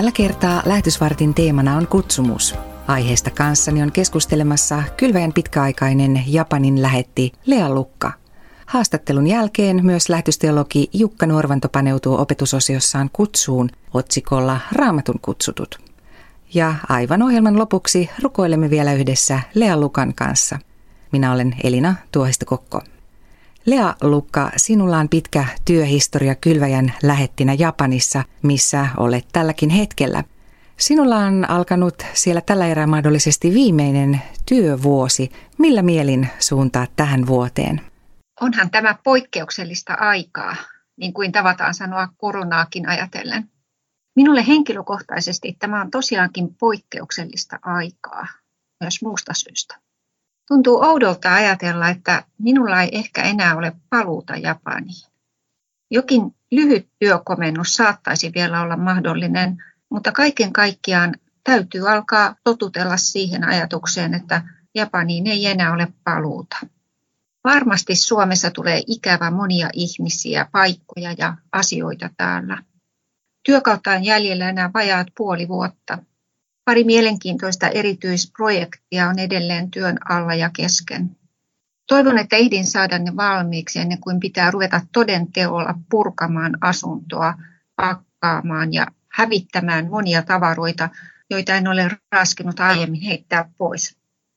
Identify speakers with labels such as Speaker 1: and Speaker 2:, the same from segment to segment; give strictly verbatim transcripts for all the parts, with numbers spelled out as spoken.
Speaker 1: Tällä kertaa lähetysvartin teemana on kutsumus. Aiheesta kanssani on keskustelemassa Kylväjän pitkäaikainen Japanin lähetti Lea Lukka. Haastattelun jälkeen myös lähetysteologi Jukka Nuorvanto paneutuu opetusosiossaan kutsuun otsikolla Raamatun kutsutut. Ja aivan ohjelman lopuksi rukoilemme vielä yhdessä Lea Lukan kanssa. Minä olen Elina Tuohisto-Kokko. Lea Lukka, sinulla on pitkä työhistoria Kylväjän lähettinä Japanissa, missä olet tälläkin hetkellä. Sinulla on alkanut siellä tällä erää mahdollisesti viimeinen työvuosi. Millä mielin suuntaa tähän vuoteen?
Speaker 2: Onhan tämä poikkeuksellista aikaa, niin kuin tavataan sanoa koronaakin ajatellen. Minulle henkilökohtaisesti tämä on tosiaankin poikkeuksellista aikaa, myös muusta syystä. Tuntuu oudolta ajatella, että minulla ei ehkä enää ole paluuta Japaniin. Jokin lyhyt työkomennus saattaisi vielä olla mahdollinen, mutta kaiken kaikkiaan täytyy alkaa totutella siihen ajatukseen, että Japaniin ei enää ole paluuta. Varmasti Suomessa tulee ikävä monia ihmisiä, paikkoja ja asioita täällä. Työkautta on jäljellä enää vajaat puoli vuotta. Pari mielenkiintoista erityisprojektia on edelleen työn alla ja kesken. Toivon, että ehdin saada ne valmiiksi ennen kuin pitää ruveta toden teolla purkamaan asuntoa, pakkaamaan ja hävittämään monia tavaroita, joita en ole raskinut aiemmin heittää pois.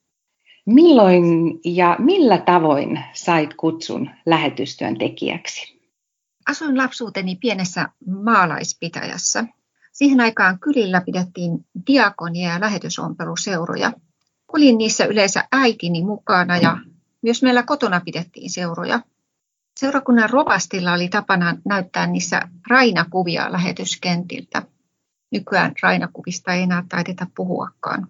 Speaker 1: Milloin ja millä tavoin sait kutsun lähetystyön tekijäksi?
Speaker 2: Asuin lapsuuteni pienessä maalaispitäjässä. Siihen aikaan kylillä pidettiin diakonia ja lähetysompeluseuroja. Olin niissä yleensä äitini mukana ja myös meillä kotona pidettiin seuroja. Seurakunnan rovastilla oli tapana näyttää niissä rainakuvia lähetyskentiltä. Nykyään rainakuvista ei enää taideta puhuakaan.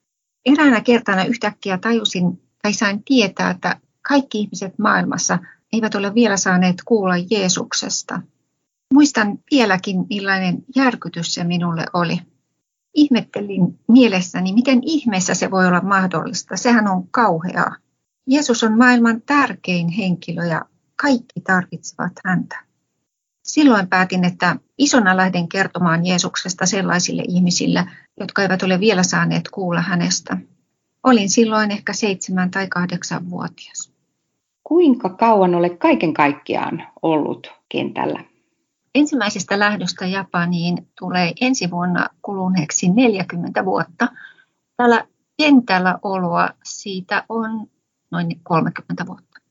Speaker 2: Eräänä kertana yhtäkkiä tajusin tai sain tietää, että kaikki ihmiset maailmassa eivät ole vielä saaneet kuulla Jeesuksesta. Muistan vieläkin, millainen järkytys se minulle oli. Ihmettelin mielessäni, miten ihmeessä se voi olla mahdollista. Sehän on kauheaa. Jeesus on maailman tärkein henkilö ja kaikki tarvitsevat häntä. Silloin päätin, että isona lähden kertomaan Jeesuksesta sellaisille ihmisille, jotka eivät ole vielä saaneet kuulla hänestä. Olin silloin ehkä seitsemän- tai kahdeksanvuotias.
Speaker 1: Kuinka kauan olet kaiken kaikkiaan ollut kentällä?
Speaker 2: Ensimmäisestä lähdöstä Japaniin tulee ensi vuonna kuluneeksi neljäkymmentä vuotta. Tällä kentällä oloa siitä on noin kolmekymmentä vuotta.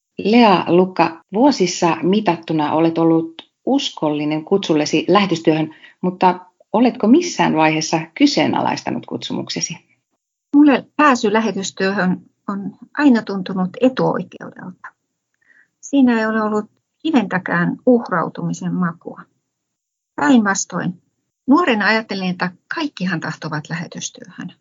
Speaker 1: Lea Lukka, vuosissa mitattuna olet ollut uskollinen kutsullesi lähetystyöhön, mutta oletko missään vaiheessa kyseenalaistanut kutsumuksesi?
Speaker 2: Mulle pääsy lähetystyöhön on aina tuntunut etuoikeudelta. Siinä ei ole ollut hiventäkään uhrautumisen makua. Päinvastoin, nuorena ajattelin, että kaikkihan tahtovat lähetystyöhön.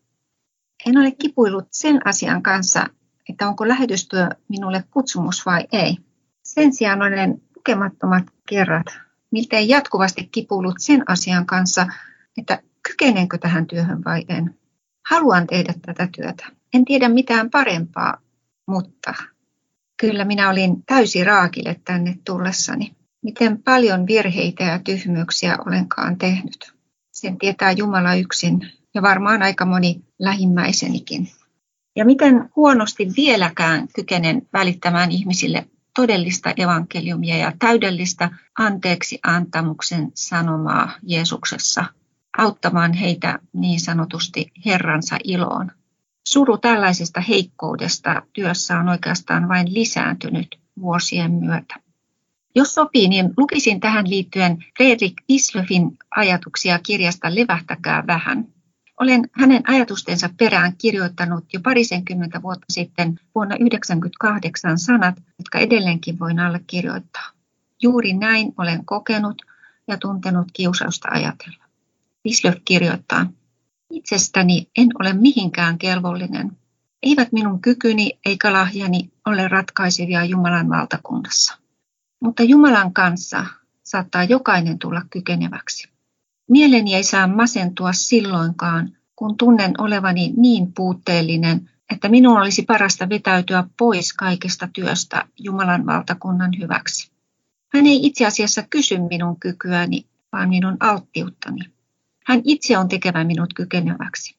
Speaker 2: En ole kipuillut sen asian kanssa, että onko lähetystyö minulle kutsumus vai ei. Sen sijaan olen lukemattomat kerrat, miltei jatkuvasti kipuillut sen asian kanssa, että kykenenkö tähän työhön vai en. Haluan tehdä tätä työtä. En tiedä mitään parempaa, mutta kyllä minä olin täysi raakile tänne tullessani. Miten paljon virheitä ja tyhmyyksiä olenkaan tehnyt. Sen tietää Jumala yksin ja varmaan aika moni lähimmäisenikin. Ja miten huonosti vieläkään kykenen välittämään ihmisille todellista evankeliumia ja täydellistä anteeksi antamuksen sanomaa Jeesuksessa, auttamaan heitä niin sanotusti Herransa iloon. Suru tällaisesta heikkoudesta työssä on oikeastaan vain lisääntynyt vuosien myötä. Jos sopii, niin lukisin tähän liittyen Fredrik Wislöfin ajatuksia kirjasta Levähtäkää vähän. Olen hänen ajatustensa perään kirjoittanut jo parisenkymmentä vuotta sitten vuonna yhdeksänkymmentäkahdeksan sanat, jotka edelleenkin voin allekirjoittaa. Juuri näin olen kokenut ja tuntenut kiusausta ajatella. Wislöf kirjoittaa, itsestäni en ole mihinkään kelvollinen. Eivät minun kykyni eikä lahjani ole ratkaisevia Jumalan valtakunnassa. Mutta Jumalan kanssa saattaa jokainen tulla kykeneväksi. Mieleni ei saa masentua silloinkaan, kun tunnen olevani niin puutteellinen, että minun olisi parasta vetäytyä pois kaikesta työstä Jumalan valtakunnan hyväksi. Hän ei itse asiassa kysy minun kykyäni, vaan minun alttiuttani. Hän itse on tekevä minut kykeneväksi.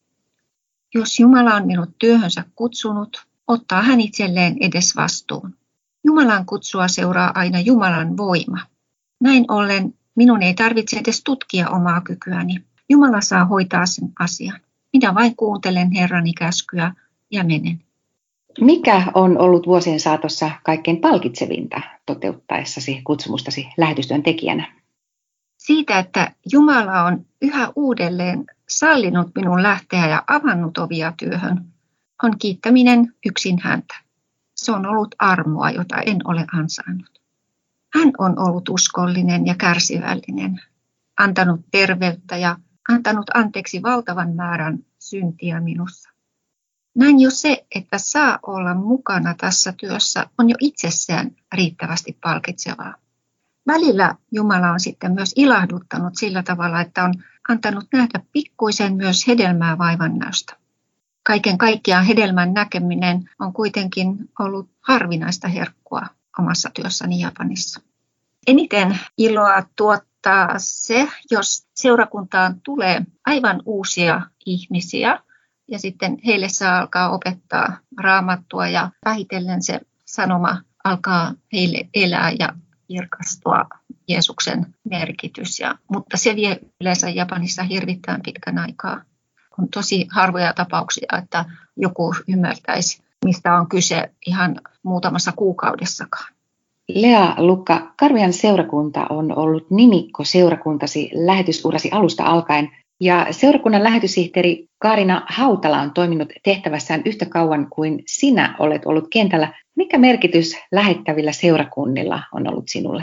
Speaker 2: Jos Jumala on minut työhönsä kutsunut, ottaa hän itselleen edes vastuun. Jumalan kutsua seuraa aina Jumalan voima. Näin ollen minun ei tarvitse edes tutkia omaa kykyäni. Jumala saa hoitaa sen asian. Minä vain kuuntelen Herrani käskyä ja menen.
Speaker 1: Mikä on ollut vuosien saatossa kaikkein palkitsevinta toteuttaessasi kutsumustasi lähetystyön tekijänä?
Speaker 2: Siitä, että Jumala on yhä uudelleen sallinut minun lähteä ja avannut ovia työhön, on kiittäminen yksin häntä. Se on ollut armoa, jota en ole ansainnut. Hän on ollut uskollinen ja kärsivällinen, antanut terveyttä ja antanut anteeksi valtavan määrän syntiä minussa. Näin jo se, että saa olla mukana tässä työssä, on jo itsessään riittävästi palkitsevaa. Välillä Jumala on sitten myös ilahduttanut sillä tavalla, että on antanut nähdä pikkuisen myös hedelmää vaivannäöstä. Kaiken kaikkiaan hedelmän näkeminen on kuitenkin ollut harvinaista herkkua omassa työssäni Japanissa. Eniten iloa tuottaa se, jos seurakuntaan tulee aivan uusia ihmisiä ja sitten heille saa alkaa opettaa raamattua ja vähitellen se sanoma alkaa heille elää ja kirkastua Jeesuksen merkitys. Ja, mutta se vie yleensä Japanissa hirvittävän pitkän aikaa. On tosi harvoja tapauksia, että joku ymmärtäisi, mistä on kyse ihan muutamassa kuukaudessakaan.
Speaker 1: Lea Lukka, Karvian seurakunta on ollut nimikko seurakuntasi lähetysurasi alusta alkaen. Ja seurakunnan lähetyssihteeri Kaarina Hautala on toiminut tehtävässään yhtä kauan kuin sinä olet ollut kentällä. Mikä merkitys lähettävillä seurakunnilla on ollut sinulle?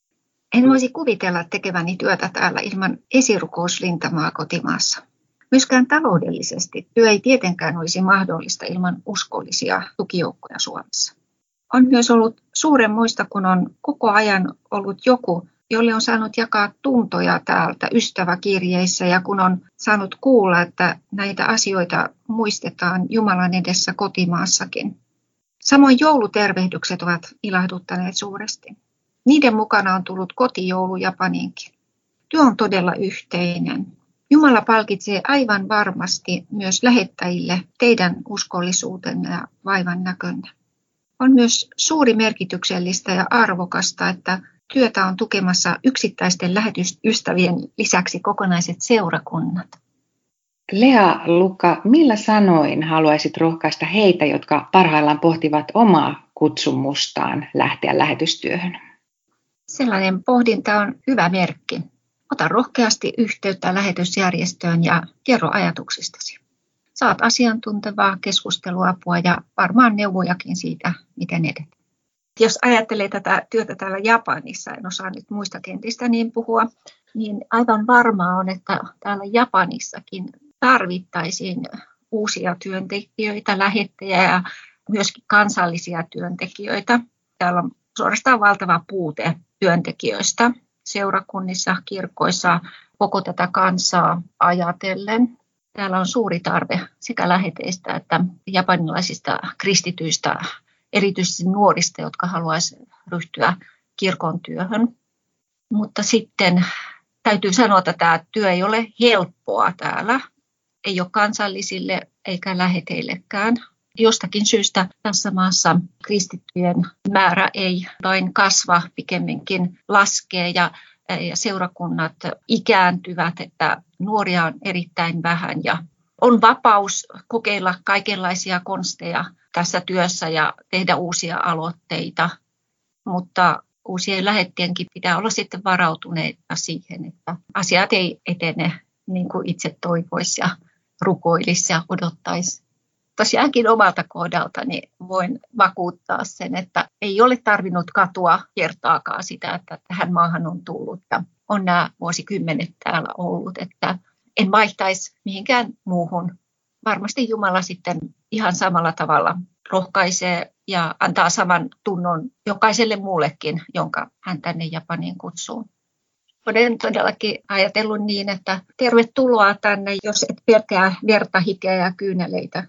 Speaker 2: En voisi kuvitella tekeväni työtä täällä ilman esirukousrintamaa kotimaassa. Myöskään taloudellisesti työ ei tietenkään olisi mahdollista ilman uskollisia tukijoukkoja Suomessa. On myös ollut suuremmoista, kun on koko ajan ollut joku, jolle on saanut jakaa tuntoja täältä ystäväkirjeissä ja kun on saanut kuulla, että näitä asioita muistetaan Jumalan edessä kotimaassakin. Samoin joulutervehdykset ovat ilahduttaneet suuresti. Niiden mukana on tullut kotijoulu Japaniinkin. Työ on todella yhteinen. Jumala palkitsee aivan varmasti myös lähettäjille teidän uskollisuutenne ja vaivan näkönne. On myös suuri merkityksellistä ja arvokasta, että työtä on tukemassa yksittäisten lähetysystävien lisäksi kokonaiset seurakunnat.
Speaker 1: Lea Lukka, millä sanoin haluaisit rohkaista heitä, jotka parhaillaan pohtivat omaa kutsumustaan lähteä lähetystyöhön?
Speaker 2: Sellainen pohdinta on hyvä merkki. Ota rohkeasti yhteyttä lähetysjärjestöön ja kerro ajatuksistasi. Saat asiantuntevaa keskusteluapua ja varmaan neuvojakin siitä, miten edetä. Jos ajattelee tätä työtä täällä Japanissa, en osaa nyt muista kentistä niin puhua, niin aivan varmaa on, että täällä Japanissakin tarvittaisiin uusia työntekijöitä, lähettäjiä ja myöskin kansallisia työntekijöitä. Täällä on suorastaan valtava puute työntekijöistä seurakunnissa, kirkoissa, koko tätä kansaa ajatellen. Täällä on suuri tarve sekä läheteistä että japanilaisista kristityistä, erityisesti nuorista, jotka haluaisivat ryhtyä kirkon työhön. Mutta sitten täytyy sanoa, että tämä työ ei ole helppoa täällä. Ei ole kansallisille eikä läheteillekään. Jostakin syystä tässä maassa kristittyjen määrä ei vain kasva, pikemminkin laskee ja, ja seurakunnat ikääntyvät, että nuoria on erittäin vähän ja on vapaus kokeilla kaikenlaisia konsteja tässä työssä ja tehdä uusia aloitteita, mutta uusien lähettienkin pitää olla sitten varautuneita siihen, että asiat ei etene niin kuin itse toivoisi ja rukoilisi ja odottaisi. Tosiaankin omalta kohdaltani voin vakuuttaa sen, että ei ole tarvinnut katua kertaakaan sitä, että tähän maahan on tullut. On nämä vuosikymmenet täällä ollut, että en vaihtaisi mihinkään muuhun. Varmasti Jumala sitten ihan samalla tavalla rohkaisee ja antaa saman tunnon jokaiselle muullekin, jonka hän tänne Japaniin kutsuu. Olen todellakin ajatellut niin, että tervetuloa tänne, jos et pelkää verta, hikeä ja kyyneleitä.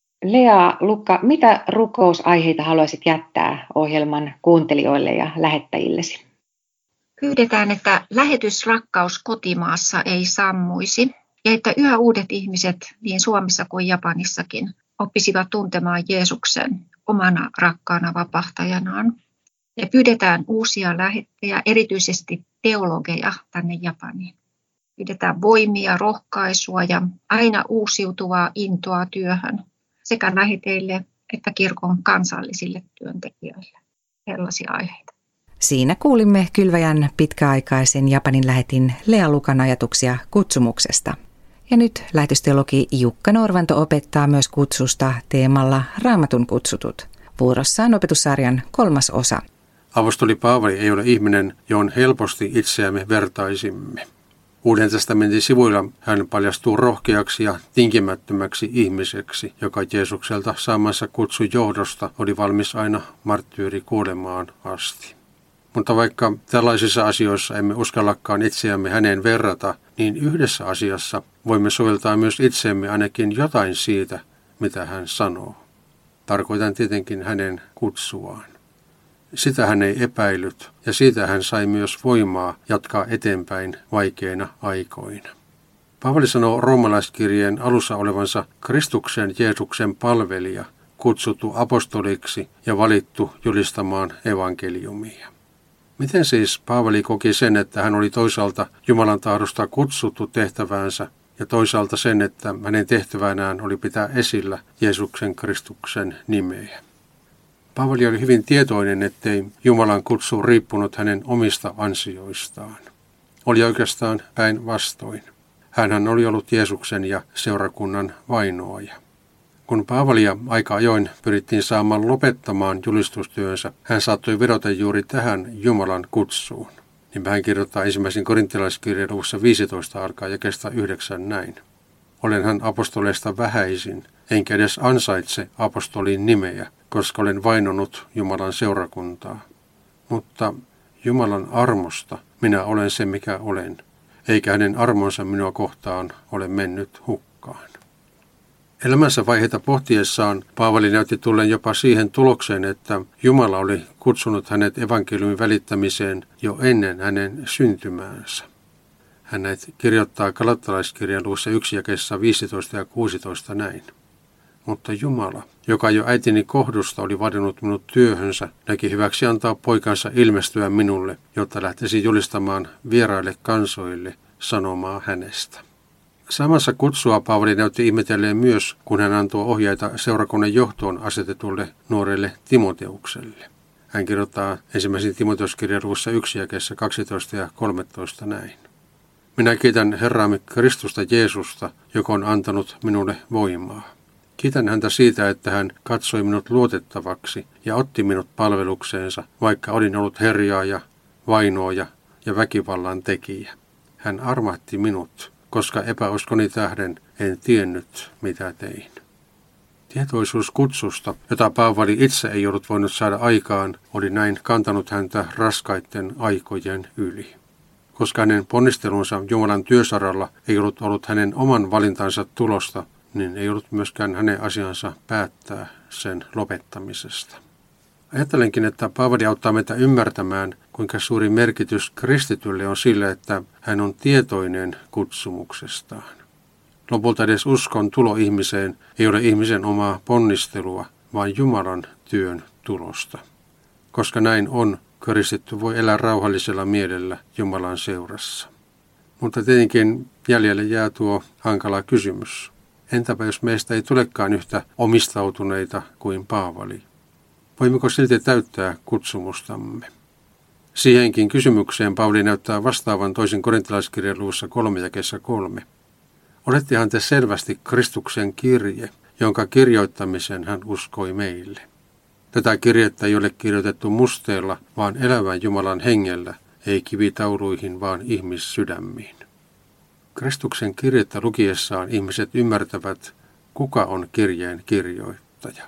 Speaker 1: Lea Lukka, mitä rukousaiheita haluaisit jättää ohjelman kuuntelijoille ja lähettäjillesi?
Speaker 2: Pyydetään, että lähetysrakkaus kotimaassa ei sammuisi ja että yhä uudet ihmiset niin Suomessa kuin Japanissakin oppisivat tuntemaan Jeesuksen omana rakkaana vapahtajanaan. Ja pyydetään uusia lähettejä, erityisesti teologeja tänne Japaniin. Pyydetään voimia, rohkaisua ja aina uusiutuvaa intoa työhön sekä läheteille että kirkon kansallisille työntekijöille. Sellaisia aiheita.
Speaker 1: Siinä kuulimme Kylväjän pitkäaikaisen Japanin lähetin Lea Lukan ajatuksia kutsumuksesta. Ja nyt lähetysteologi Jukka Norvanto opettaa myös kutsusta teemalla Raamatun kutsutut. Vuorossa on opetussarjan kolmas osa.
Speaker 3: Apostoli Paavali ei ole ihminen, johon helposti itseämme vertaisimme. Uuden testamentin sivuilla hän paljastuu rohkeaksi ja tinkimättömäksi ihmiseksi, joka Jeesukselta saamansa kutsun johdosta oli valmis aina marttyyri kuolemaan asti. Mutta vaikka tällaisissa asioissa emme uskallakaan itseämme häneen verrata, niin yhdessä asiassa voimme soveltaa myös itseemme ainakin jotain siitä, mitä hän sanoo. Tarkoitan tietenkin hänen kutsuaan. Sitä hän ei epäillyt ja siitä hän sai myös voimaa jatkaa eteenpäin vaikeina aikoina. Paavali sanoo roomalaiskirjeen alussa olevansa Kristuksen Jeesuksen palvelija, kutsuttu apostoliksi ja valittu julistamaan evankeliumia. Miten siis Paavali koki sen, että hän oli toisaalta Jumalan tahdosta kutsuttu tehtäväänsä ja toisaalta sen, että hänen tehtävänään oli pitää esillä Jeesuksen Kristuksen nimeä? Paavali oli hyvin tietoinen, ettei Jumalan kutsu riippunut hänen omista ansioistaan. Oli oikeastaan päinvastoin. Hänhän oli ollut Jeesuksen ja seurakunnan vainoaja. Kun Paavalia aika ajoin pyrittiin saamaan lopettamaan julistustyönsä, hän saattoi vedota juuri tähän Jumalan kutsuun. Niin hän kirjoittaa ensimmäisen korintalaiskirjan luvussa viisitoista alkaa jakeesta yhdeksän näin. Olen hän apostoleista vähäisin, enkä edes ansaitse apostolin nimeä, koska olen vainonut Jumalan seurakuntaa. Mutta Jumalan armosta minä olen se, mikä olen, eikä hänen armonsa minua kohtaan ole mennyt hukkaan. Elämänsä vaiheita pohtiessaan Paavali näytti tulleen jopa siihen tulokseen, että Jumala oli kutsunut hänet evankeliumin välittämiseen jo ennen hänen syntymäänsä. Hän näet kirjoittaa Galattalaiskirjan luvussa yksi jakeessa viisitoista ja kuusitoista näin. Mutta Jumala, joka jo äitini kohdusta oli vadinnut minut työhönsä, näki hyväksi antaa poikansa ilmestyä minulle, jotta lähtisi julistamaan vieraille kansoille sanomaa hänestä. Samassa kutsua Paavali näytti ihmetelleen myös, kun hän antoi ohjeita seurakunnan johtoon asetetulle nuorelle Timoteukselle. Hän kirjoittaa ensimmäisen Timoteuskirjan luvussa yksi jakeessa kaksitoista ja kolmetoista näin. Minä kiitän Herraamme Kristusta Jeesusta, joka on antanut minulle voimaa. Kiitän häntä siitä, että hän katsoi minut luotettavaksi ja otti minut palvelukseensa, vaikka olin ollut herjaaja, vainoaja ja väkivallan tekijä. Hän armahti minut, koska epäuskoni tähden en tiennyt, mitä tein. Tietoisuus kutsusta, jota Paavali itse ei ollut voinut saada aikaan, oli näin kantanut häntä raskaitten aikojen yli. Koska hänen ponnistelunsa Jumalan työsaralla ei ollut ollut hänen oman valintansa tulosta, niin ei ollut myöskään hänen asiansa päättää sen lopettamisesta. Ajattelenkin, että Paavali auttaa meitä ymmärtämään, kuinka suuri merkitys kristitylle on sillä, että hän on tietoinen kutsumuksestaan. Lopulta edes uskon tulo ihmiseen ei ole ihmisen omaa ponnistelua, vaan Jumalan työn tulosta. Koska näin on, kristitty voi elää rauhallisella mielellä Jumalan seurassa. Mutta tietenkin jäljelle jää tuo hankala kysymys. Entäpä jos meistä ei tulekaan yhtä omistautuneita kuin Paavali? Voimmeko silti täyttää kutsumustamme? Siihenkin kysymykseen Paavali näyttää vastaavan toisen korintalaiskirjan luvussa kolme jakeessa kolme. Olettehan te selvästi Kristuksen kirje, jonka kirjoittamisen hän uskoi meille. Tätä kirjettä ei ole kirjoitettu musteella, vaan elävän Jumalan hengellä, ei kivitauluihin, vaan ihmissydämiin. Kristuksen kirjettä lukiessaan ihmiset ymmärtävät, kuka on kirjeen kirjoittaja.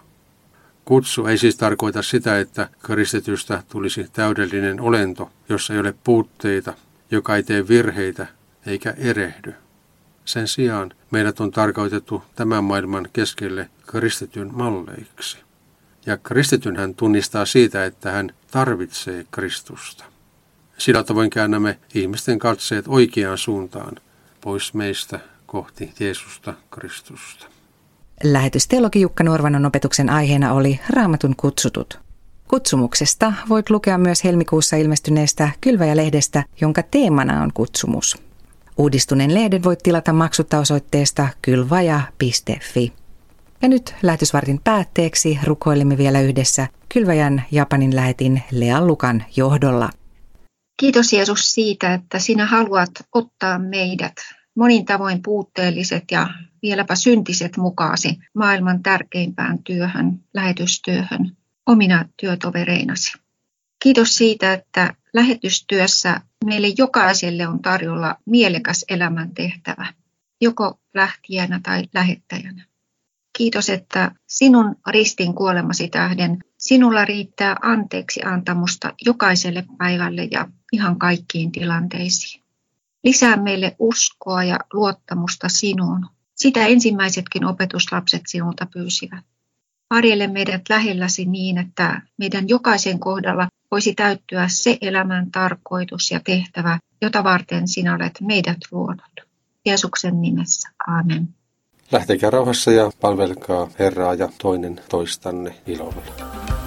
Speaker 3: Kutsu ei siis tarkoita sitä, että kristitystä tulisi täydellinen olento, jossa ei ole puutteita, joka ei tee virheitä eikä erehdy. Sen sijaan meidät on tarkoitettu tämän maailman keskelle kristityn malleiksi. Ja kristityn hän tunnistaa siitä, että hän tarvitsee Kristusta. Sillä tavoin käännämme ihmisten katseet oikeaan suuntaan, pois meistä kohti Jeesusta Kristusta.
Speaker 1: Lähetysteologi Jukka Nuorvanon opetuksen aiheena oli Raamatun kutsutut. Kutsumuksesta voit lukea myös helmikuussa ilmestyneestä Kylväjä-lehdestä, jonka teemana on kutsumus. Uudistuneen lehden voit tilata maksutta osoitteesta kylvaja piste fi. Ja nyt lähetysvartin päätteeksi rukoilemme vielä yhdessä Kylväjän Japanin lähetin Lea Lukan johdolla.
Speaker 2: Kiitos Jeesus siitä, että sinä haluat ottaa meidät, monin tavoin puutteelliset ja vieläpä syntiset mukaasi maailman tärkeimpään työhön, lähetystyöhön, omina työtovereinasi. Kiitos siitä, että lähetystyössä meille jokaiselle on tarjolla mielekäs elämäntehtävä, joko lähtijänä tai lähettäjänä. Kiitos, että sinun ristin kuolemasi tähden sinulla riittää anteeksi antamusta jokaiselle päivälle ja ihan kaikkiin tilanteisiin. Lisää meille uskoa ja luottamusta sinuun. Sitä ensimmäisetkin opetuslapset sinulta pyysivät. Varjele meidät lähelläsi niin, että meidän jokaisen kohdalla voisi täyttyä se elämän tarkoitus ja tehtävä, jota varten sinä olet meidät luonut. Jeesuksen nimessä. Aamen.
Speaker 3: Lähtekää rauhassa ja palvelkaa Herraa ja toinen toistanne ilolla.